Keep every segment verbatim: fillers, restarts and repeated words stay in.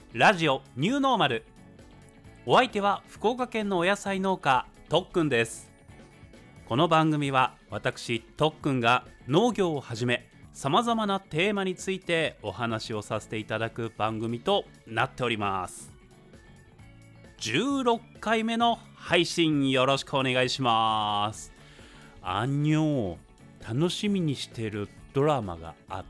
ラジオニューノーマル。お相手は福岡県のお野菜農家とっくんです。この番組は私とっくんが農業をはじめさまざまなテーマについてお話をさせていただく番組となっております。じゅうろっかいめの配信よろしくお願いします。あんにょ楽しみにしてるドラマがあって、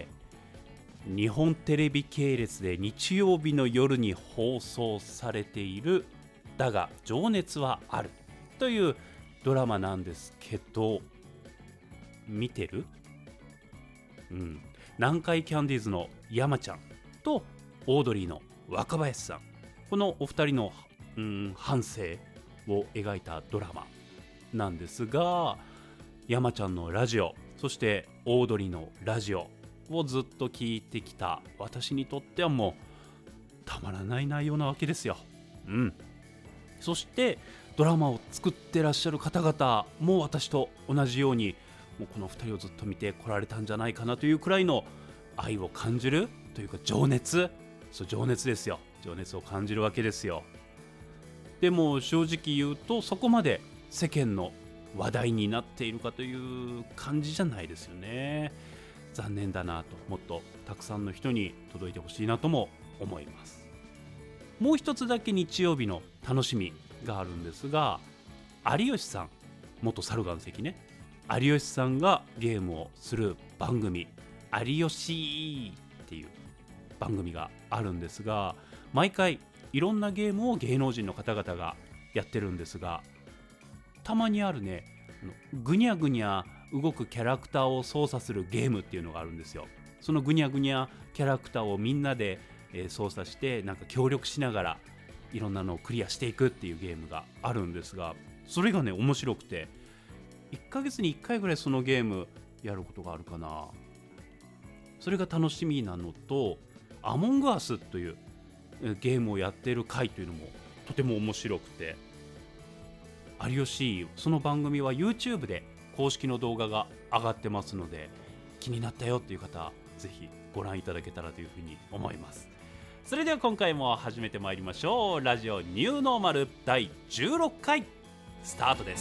日本テレビ系列で日曜日の夜に放送されているだが情熱はあるというドラマなんですけど、見てる？うん、南海キャンディーズの山ちゃんとオードリーの若林さん、このお二人の、うん、半生を描いたドラマなんですが、山ちゃんのラジオ、そしてオードリーのラジオをずっと聞いてきた私にとってはもうたまらない内容なわけですよ。うん。そしてドラマを作ってらっしゃる方々も私と同じように、もうこのふたりをずっと見てこられたんじゃないかなというくらいの愛を感じるというか、情熱、そう情熱ですよ。情熱を感じるわけですよ。でも正直言うと、そこまで世間の話題になっているかという感じじゃないですよね。残念だなと、もっとたくさんの人に届いてほしいなとも思います。もう一つだけ日曜日の楽しみがあるんですが、有吉さん、元猿岩石ね、有吉さんがゲームをする番組、有吉っていう番組があるんですが、毎回いろんなゲームを芸能人の方々がやってるんですが、たまにあるね、ぐにゃぐにゃ動くキャラクターを操作するゲームっていうのがあるんですよ。そのぐにゃぐにゃキャラクターをみんなで、えー、操作して、なんか協力しながらいろんなのをクリアしていくっていうゲームがあるんですが、それがね面白くて、いっかげつにいっかいぐらいそのゲームやることがあるかな。それが楽しみなのと、アモングアスというゲームをやっている回というのもとても面白くて、有吉、その番組は YouTube で公式の動画が上がってますので、気になったよっていう方、ぜひご覧いただけたらというふうに思います。それでは今回も始めてまいりましょう。ラジオニューノーマルだいじゅうろっかいスタートです。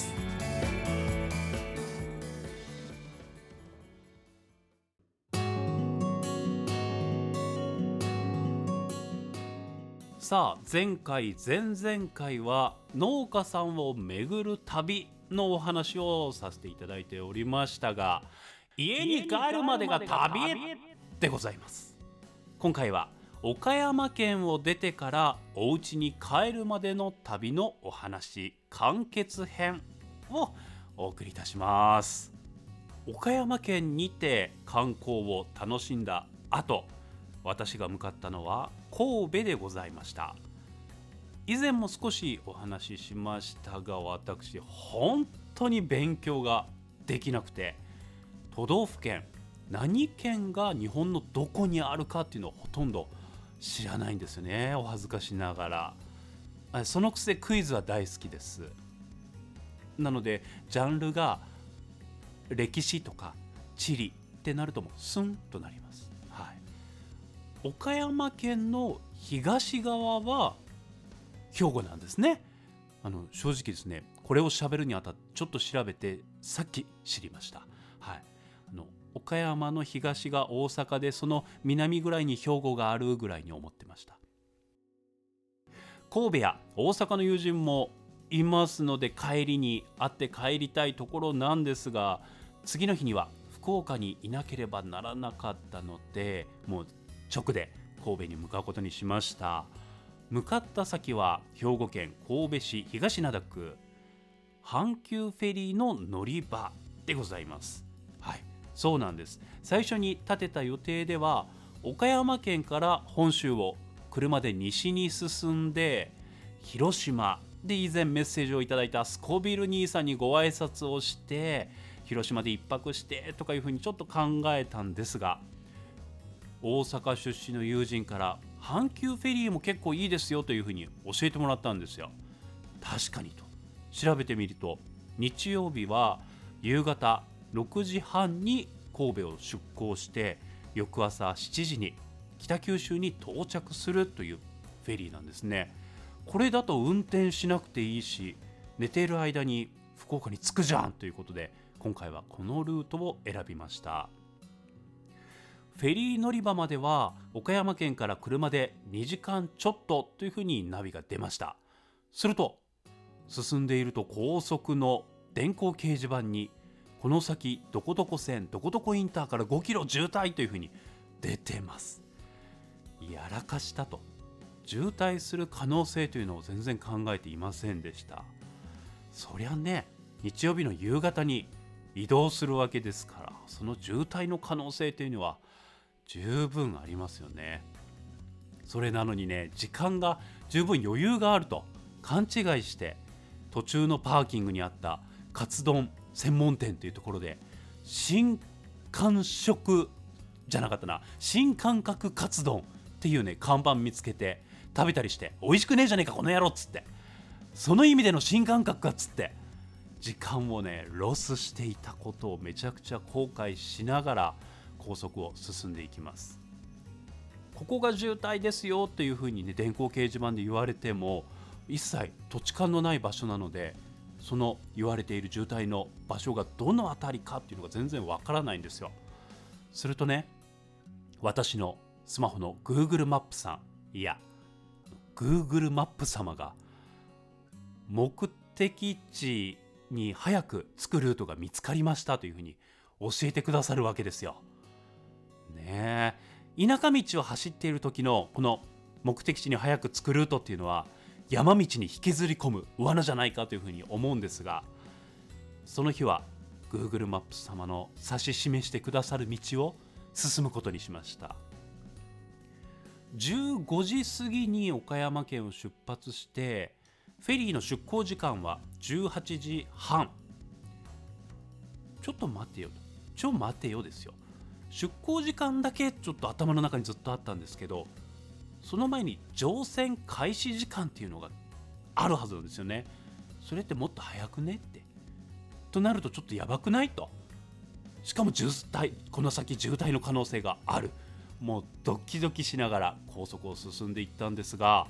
さあ、前回前々回は農家さんを巡る旅のお話をさせていただいておりましたが、家に帰るまでが旅でございます。今回は岡山県を出てからお家に帰るまでの旅のお話、完結編をお送りいたします。岡山県にて観光を楽しんだ後、私が向かったのは神戸でございました。以前も少しお話ししましたが、私本当に勉強ができなくて、都道府県何県が日本のどこにあるかっていうのをほとんど知らないんですよね。お恥ずかしながら。そのくせクイズは大好きです。なのでジャンルが歴史とか地理ってなるともうスンとなります。はい、岡山県の東側は兵庫なんですね。あの正直ですね、これを喋るにあたってちょっと調べてさっき知りました。はい、あの岡山の東が大阪で、その南ぐらいに兵庫があるぐらいに思ってました。神戸や大阪の友人もいますので、帰りに会って帰りたいところなんですが、次の日には福岡にいなければならなかったので、もう直で神戸に向かうことにしました。向かった先は兵庫県神戸市東灘区、阪急フェリーの乗り場でございます。はい、そうなんです。最初に立てた予定では、岡山県から本州を車で西に進んで、広島で以前メッセージをいただいたスコビル兄さんにご挨拶をして、広島で一泊してとかいうふうにちょっと考えたんですが、大阪出身の友人から阪急フェリーも結構いいですよというふうに教えてもらったんですよ。確かにと調べてみると、日曜日は夕方ろくじはんに神戸を出港して、翌朝しちじに北九州に到着するというフェリーなんですね。これだと運転しなくていいし、寝ている間に福岡に着くじゃんということで、今回はこのルートを選びました。フェリー乗り場までは岡山県から車でにじかんちょっとというふうにナビが出ました。すると進んでいると高速の電光掲示板に、この先どこどこ線どこどこインターからごキロ渋滞というふうに出てます。やらかしたと、渋滞する可能性というのを全然考えていませんでした。そりゃね、日曜日の夕方に移動するわけですから、その渋滞の可能性というのは十分ありますよね。それなのにね、時間が十分余裕があると勘違いして、途中のパーキングにあったカツ丼専門店というところで、新感触じゃなかったな新感覚カツ丼っていうね看板見つけて食べたりして、美味しくねえじゃねえかこの野郎っつって、その意味での新感覚かっつって時間をねロスしていたことをめちゃくちゃ後悔しながら高速を進んでいきます。ここが渋滞ですよというふうにね電光掲示板で言われても、一切土地勘のない場所なので、その言われている渋滞の場所がどの辺りかっていうのが全然わからないんですよ。するとね、私のスマホの Google マップさん、いや Google マップ様が目的地に早く着くルートが見つかりましたというふうに教えてくださるわけですよ。ねえ、田舎道を走っている時のこの目的地に早く着くルートっていうのは山道に引きずり込む罠じゃないかというふうに思うんですが、その日は Google マップ様の指し示してくださる道を進むことにしました。じゅうごじ過ぎに岡山県を出発して、フェリーの出港時間はじゅうはちじはん。ちょっと待てよちょ待てよですよ。出港時間だけちょっと頭の中にずっとあったんですけど、その前に乗船開始時間っていうのがあるはずなんですよね。それってもっと早くねってとなるとちょっとやばくないと。しかも渋滞、この先渋滞の可能性がある。もうドキドキしながら高速を進んでいったんですが、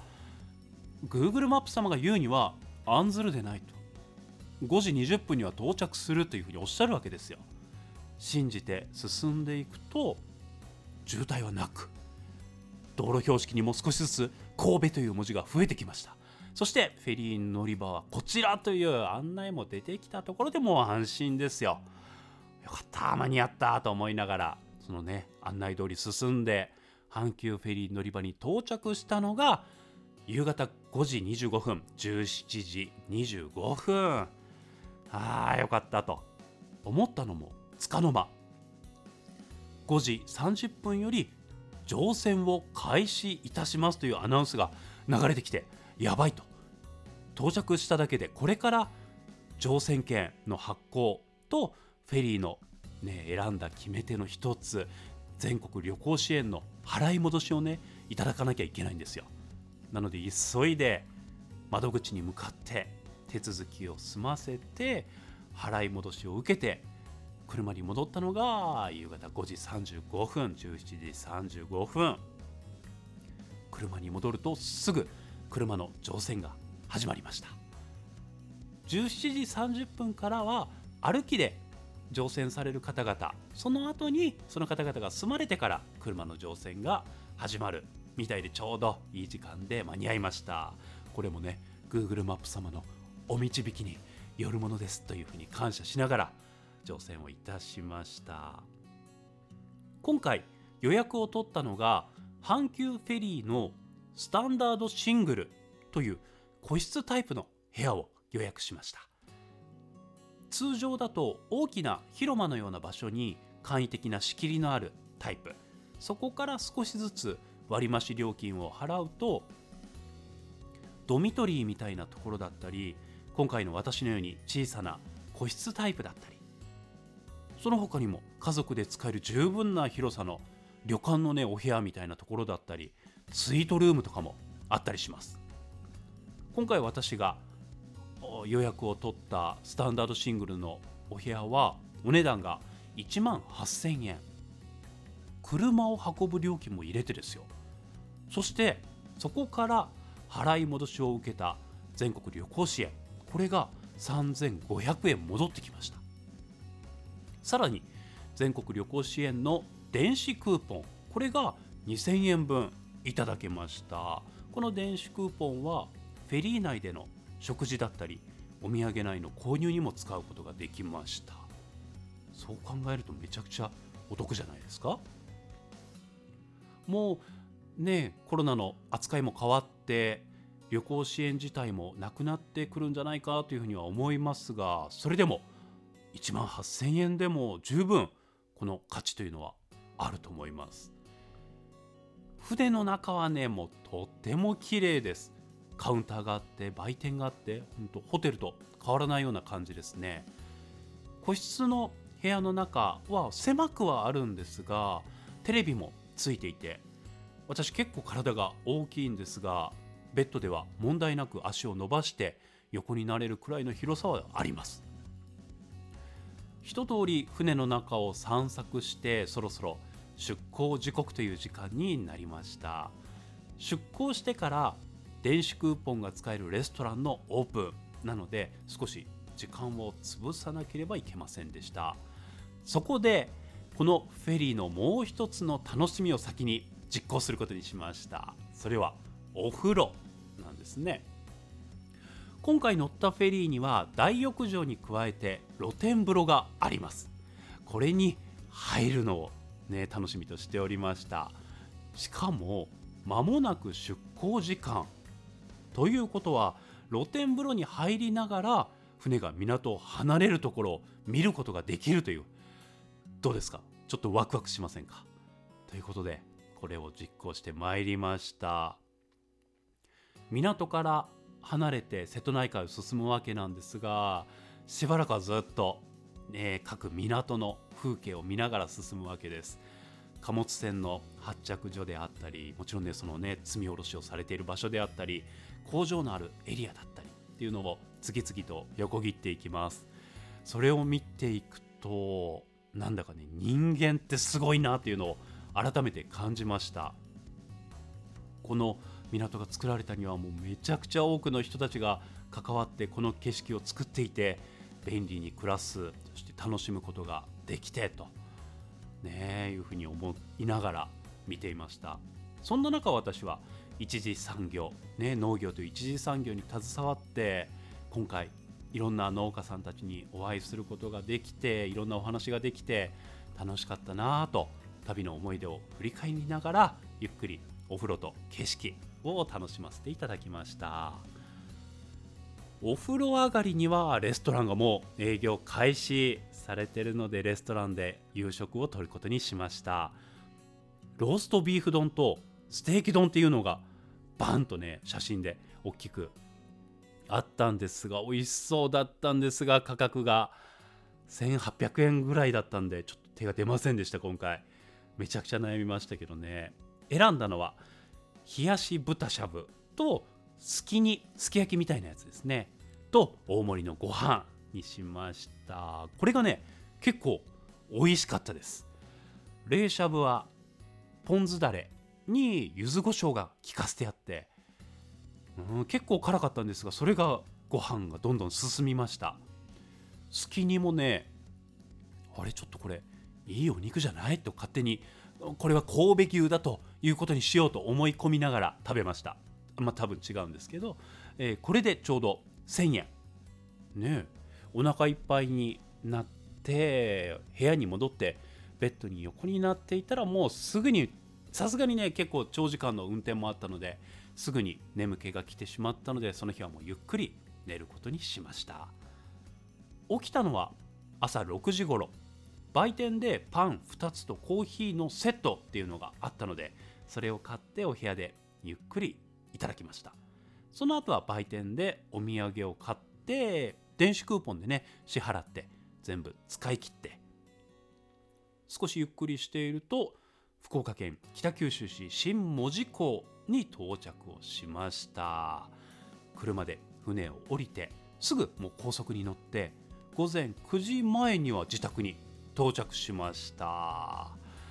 Google マップ様が言うには案ずるでないと、ごじにじゅっぷんには到着するというふうにおっしゃるわけですよ。信じて進んでいくと渋滞はなく、道路標識にも少しずつ神戸という文字が増えてきました。そしてフェリー乗り場はこちらという案内も出てきたところでもう安心ですよ。よかった間に合ったと思いながら、そのね案内通り進んで阪急フェリー乗り場に到着したのが夕方ごじにじゅうごふん、じゅうしちじにじゅうごふん。あーよかったと思ったのもつかの間、ごじさんじゅっぷんより乗船を開始いたしますというアナウンスが流れてきて、やばいと。到着しただけでこれから乗船券の発行とフェリーの、ね、選んだ決め手の一つ、全国旅行支援の払い戻しをねいただかなきゃいけないんですよ。なので急いで窓口に向かって手続きを済ませて払い戻しを受けて車に戻ったのが夕方ごじさんじゅうごふん、じゅうしちじさんじゅうごふん。車に戻るとすぐ車の乗船が始まりました。じゅうしちじさんじゅっぷんからは歩きで乗船される方々、その後にその方々が済まれてから車の乗船が始まるみたいで、ちょうどいい時間で間に合いました。これもね Google マップ様のお導きによるものですというふうに感謝しながら乗船をいたしました。今回予約を取ったのが阪急フェリーのスタンダードシングルという個室タイプの部屋を予約しました。通常だと大きな広間のような場所に簡易的な仕切りのあるタイプ、そこから少しずつ割増料金を払うとドミトリーみたいなところだったり、今回の私のように小さな個室タイプだったり、その他にも家族で使える十分な広さの旅館のねお部屋みたいなところだったり、スイートルームとかもあったりします。今回私が予約を取ったスタンダードシングルのお部屋はお値段がいちまんはっせんえん、 車を運ぶ料金も入れてですよ。そしてそこから払い戻しを受けた全国旅行支援、これがさんぜんごひゃくえん戻ってきました。さらに全国旅行支援の電子クーポン、これがにせんえんぶんいただけました。この電子クーポンはフェリー内での食事だったりお土産内の購入にも使うことができました。そう考えるとめちゃくちゃお得じゃないですか。もうね、コロナの扱いも変わって旅行支援自体もなくなってくるんじゃないかというふうには思いますが、それでもいちまんはっせんえんでも十分この価値というのはあると思います。船の中はね、もうとっても綺麗です。カウンターがあって売店があって、本当ホテルと変わらないような感じですね。個室の部屋の中は狭くはあるんですが、テレビもついていて、私結構体が大きいんですが、ベッドでは問題なく足を伸ばして横になれるくらいの広さはあります。一通り船の中を散策して、そろそろ出港時刻という時間になりました。出港してから電子クーポンが使えるレストランのオープンなので、少し時間を潰さなければいけませんでした。そこでこのフェリーのもう一つの楽しみを先に実行することにしました。それはお風呂なんですね。今回乗ったフェリーには大浴場に加えて露天風呂があります。これに入るのを、ね、楽しみとしておりました。しかも間もなく出港時間ということは、露天風呂に入りながら船が港を離れるところを見ることができるという、どうですか、ちょっとワクワクしませんか。ということでこれを実行してまいりました。港から離れて瀬戸内海を進むわけなんですが、しばらくはずっと、ね、各港の風景を見ながら進むわけです。貨物船の発着所であったり、もちろんね、そのね、積み下ろしをされている場所であったり、工場のあるエリアだったりっていうのを次々と横切っていきます。それを見ていくと、なんだかね、人間ってすごいなっていうのを改めて感じました。この港が作られたにはもうめちゃくちゃ多くの人たちが関わってこの景色を作っていて、便利に暮らす、そして楽しむことができてと、ね、いうふうに思いながら見ていました。そんな中、私は一次産業、ね、農業という一次産業に携わって、今回いろんな農家さんたちにお会いすることができて、いろんなお話ができて楽しかったなと、旅の思い出を振り返りながらゆっくりお風呂と景色を楽しませていただきました。お風呂上がりにはレストランがもう営業開始されているので、レストランで夕食をとることにしました。ローストビーフ丼とステーキ丼っていうのがバンとね、写真で大きくあったんですが、美味しそうだったんですが、価格がせんはっぴゃくえんぐらいだったんで、ちょっと手が出ませんでした。今回めちゃくちゃ悩みましたけどね。選んだのは冷やし豚しゃぶとすき煮、すき焼きみたいなやつですね、と大盛りのご飯にしました。これがね、結構美味しかったです。冷しゃぶはポン酢だれに柚子胡椒が効かせてあって、うん、結構辛かったんですが、それがご飯がどんどん進みました。すき煮もね、あれちょっとこれいいお肉じゃないと勝手に、これは神戸牛だということにしようと思い込みながら食べました。まあ多分違うんですけど、えー、これでちょうどせんえんね。お腹いっぱいになって部屋に戻ってベッドに横になっていたら、もうすぐに、さすがにね、結構長時間の運転もあったのですぐに眠気が来てしまったので、その日はもうゆっくり寝ることにしました。起きたのは朝ろくじ頃、売店でパンふたつとコーヒーのセットっていうのがあったので、それを買ってお部屋でゆっくりいただきました。その後は売店でお土産を買って、電子クーポンでね支払って全部使い切って、少しゆっくりしていると福岡県北九州市新門司港に到着をしました。車で船を降りてすぐもう高速に乗って、ごぜんくじまえには自宅に到着しました。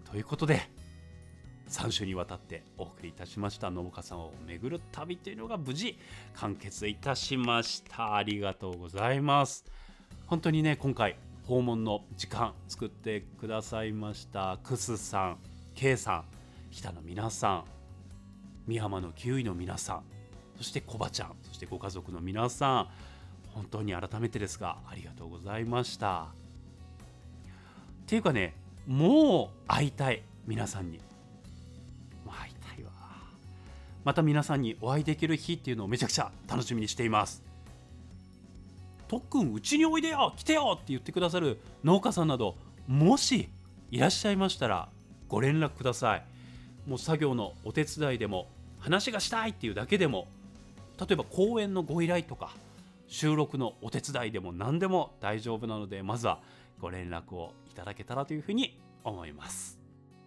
ということでさん週にわたってお送りいたしました農家さんを巡る旅というのが無事完結いたしました。ありがとうございます。本当にね、今回訪問の時間作ってくださいましたクスさん、ケイさん、日田の皆さん、美浜のキウイの皆さん、そしてコバちゃん、そしてご家族の皆さん、本当に改めてですがありがとうございました。っていうかね、もう会いたい、皆さんにもう会いたいわ。また皆さんにお会いできる日っていうのをめちゃくちゃ楽しみにしています。とっくんうちにおいでよ、来てよって言ってくださる農家さんなどもしいらっしゃいましたらご連絡ください。もう作業のお手伝いでも、話がしたいっていうだけでも、例えば講演のご依頼とか収録のお手伝いでも何でも大丈夫なので、まずはご連絡をいただけたらというふうに思います。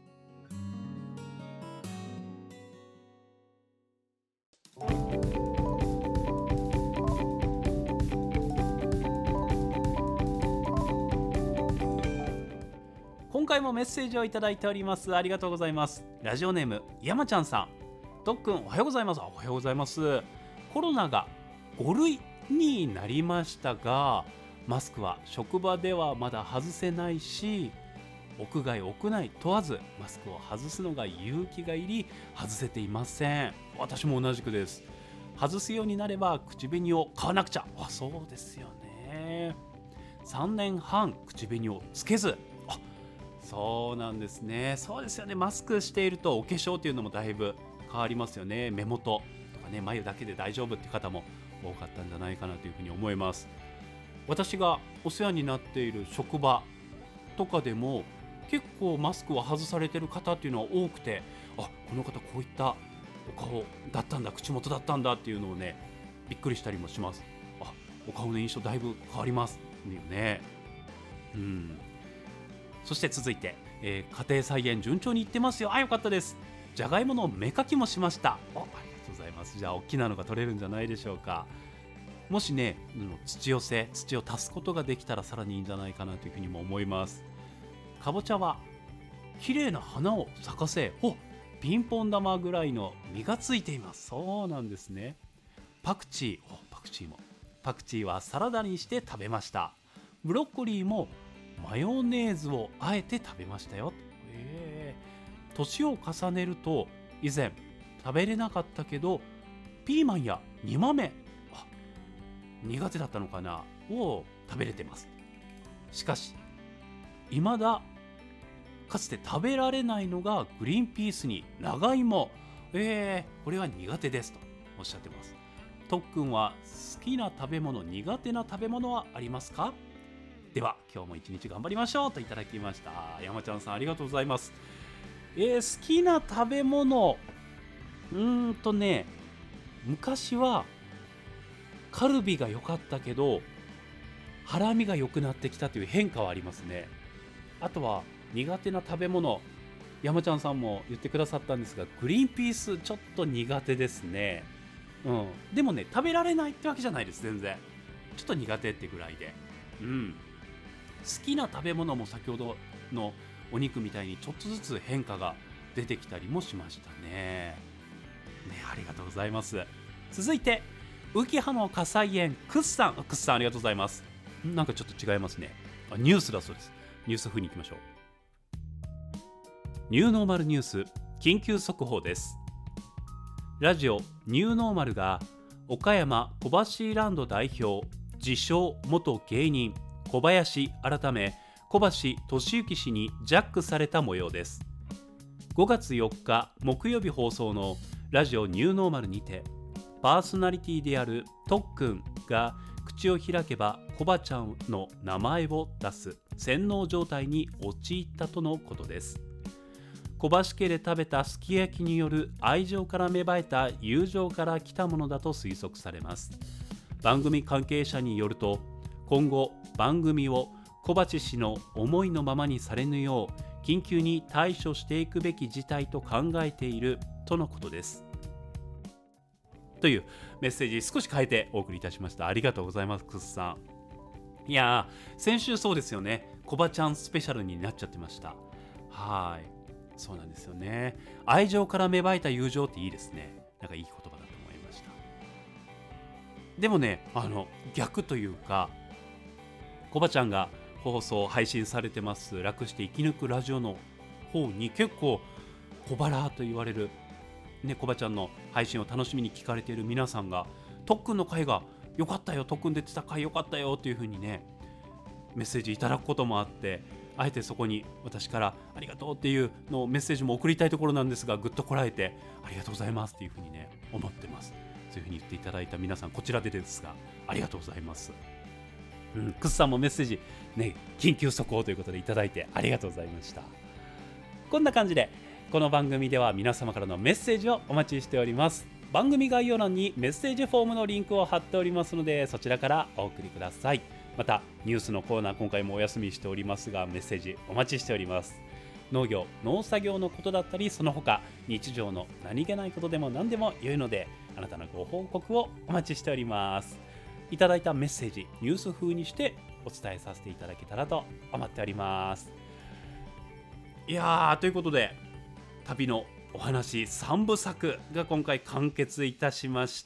今回もメッセージをいただいております。ありがとうございます。ラジオネーム山ちゃんさん、とっくんおはようございます。おはようございます。コロナがご類になりましたが、マスクは職場ではまだ外せないし、屋外屋内問わずマスクを外すのが勇気がいり外せていません。私も同じくです。外すようになれば口紅を買わなくちゃ。あ、そうですよね。さんねんはん口紅をつけず、あ、そうなんですね。そうですよね。マスクしているとお化粧というのもだいぶ変わりますよね。目元とかね、眉だけで大丈夫って方も多かったんじゃないかなというふうに思います。私がお世話になっている職場とかでも結構マスクを外されている方っていうのは多くて、あ、この方こういったお顔だったんだ、口元だったんだっていうのをね、びっくりしたりもします。あ、お顔の印象だいぶ変わりますよね。うん。そして続いて、えー、家庭菜園順調にいってますよ。あ、よかったです。じゃがいもの芽かきもしました。あ、ありがとうございます。じゃあ大きなのが取れるんじゃないでしょうか。もしね、土寄せ、土を足すことができたらさらにいいんじゃないかなというふうにも思います。かぼちゃは綺麗な花を咲かせ、お、ピンポン玉ぐらいの実がついています。そうなんですね。パクチー、お、パクチーもパクチーはサラダにして食べました。ブロッコリーもマヨネーズをあえて食べましたよ。えー、年を重ねると以前食べれなかったけどピーマンや煮豆、あ、苦手だったのかなを食べれてます。しかし未だかつて食べられないのがグリーンピースに長芋、えー、これは苦手ですとおっしゃってます。とっくんは好きな食べ物、苦手な食べ物はありますか？では今日も一日頑張りましょうといただきました。山ちゃんさん、ありがとうございます。えー、好きな食べ物、うーんとね昔はカルビが良かったけどハラミが良くなってきたという変化はありますね。あとは苦手な食べ物、山ちゃんさんも言ってくださったんですが、グリーンピースちょっと苦手ですね。うん、でもね、食べられないってわけじゃないです。全然ちょっと苦手ってぐらいで、うん、好きな食べ物も先ほどのお肉みたいにちょっとずつ変化が出てきたりもしましたね。ね、ありがとうございます。続いて浮葉の火災園クッさん、クッさんありがとうございます。なんかちょっと違いますね。あ、ニュースだそうです。ニュース風に行きましょう。ニューノーマルニュース緊急速報です。ラジオニューノーマルが岡山小橋ランド代表、自称元芸人小林改め小橋俊之氏にジャックされた模様です。ごがつよっか木曜日放送のラジオニューノーマルにて、パーソナリティであるとっくんが口を開けばコバちゃんの名前を出す洗脳状態に陥ったとのことです。小橋家で食べたすき焼きによる愛情から芽生えた友情から来たものだと推測されます。番組関係者によると、今後番組を小橋氏の思いのままにされぬよう緊急に対処していくべき事態と考えているとのことです。というメッセージ少し変えてお送りいたしました。ありがとうございます、クスさん。いやー、先週そうですよね、コバちゃんスペシャルになっちゃってました。はい、 そうなんですよね。愛情から芽生えた友情っていいですね。なんかいい言葉だと思いました。でもね、あの逆というか、コバちゃんが放送配信されてます楽して生き抜くラジオの方に結構小腹と言われるね、コバちゃんの配信を楽しみに聞かれている皆さんが、特訓の回が良かったよ、特訓出てた回良かったよという風にねメッセージいただくこともあって、あえてそこに私からありがとうっていうのをメッセージも送りたいところなんですが、ぐっとこらえてありがとうございますっていう風にね思ってます。そういう風に言っていただいた皆さん、こちらでですがありがとうございます。うん、クスさんもメッセージね、緊急速報ということでいただいてありがとうございました。こんな感じでこの番組では皆様からのメッセージをお待ちしております。番組概要欄にメッセージフォームのリンクを貼っておりますので、そちらからお送りください。またニュースのコーナー、今回もお休みしておりますが、メッセージお待ちしております。農業、農作業のことだったり、その他日常の何気ないことでも何でも良いので、あなたのご報告をお待ちしております。いただいたメッセージ、ニュース風にしてお伝えさせていただけたらと思っております。いやー、ということで旅のお話さんぶさくが今回完結いたしました。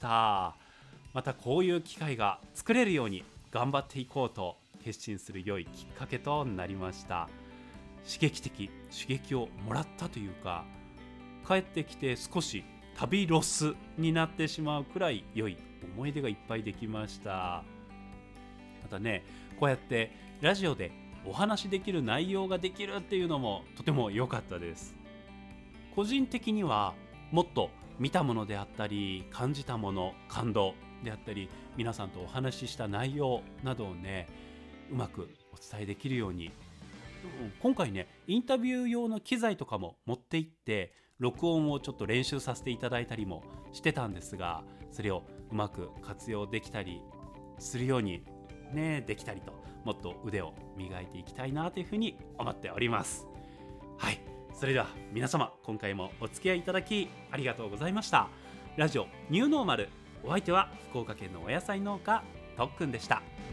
またこういう機会が作れるように頑張っていこうと決心する良いきっかけとなりました。刺激的刺激をもらったというか、帰ってきて少し旅ロスになってしまうくらい良い思い出がいっぱいできました。またね、こうやってラジオでお話できる内容ができるっていうのもとても良かったです。個人的にはもっと見たものであったり、感じたもの、感動であったり、皆さんとお話しした内容などをね、うまくお伝えできるように、今回ねインタビュー用の機材とかも持って行って録音をちょっと練習させていただいたりもしてたんですが、それをうまく活用できたりするようにねできたりと、もっと腕を磨いていきたいなというふうに思っております。はい、それでは皆様、今回もお付き合いいただきありがとうございました。ラジオニューノーマル、お相手は福岡県のお野菜農家とっくんでした。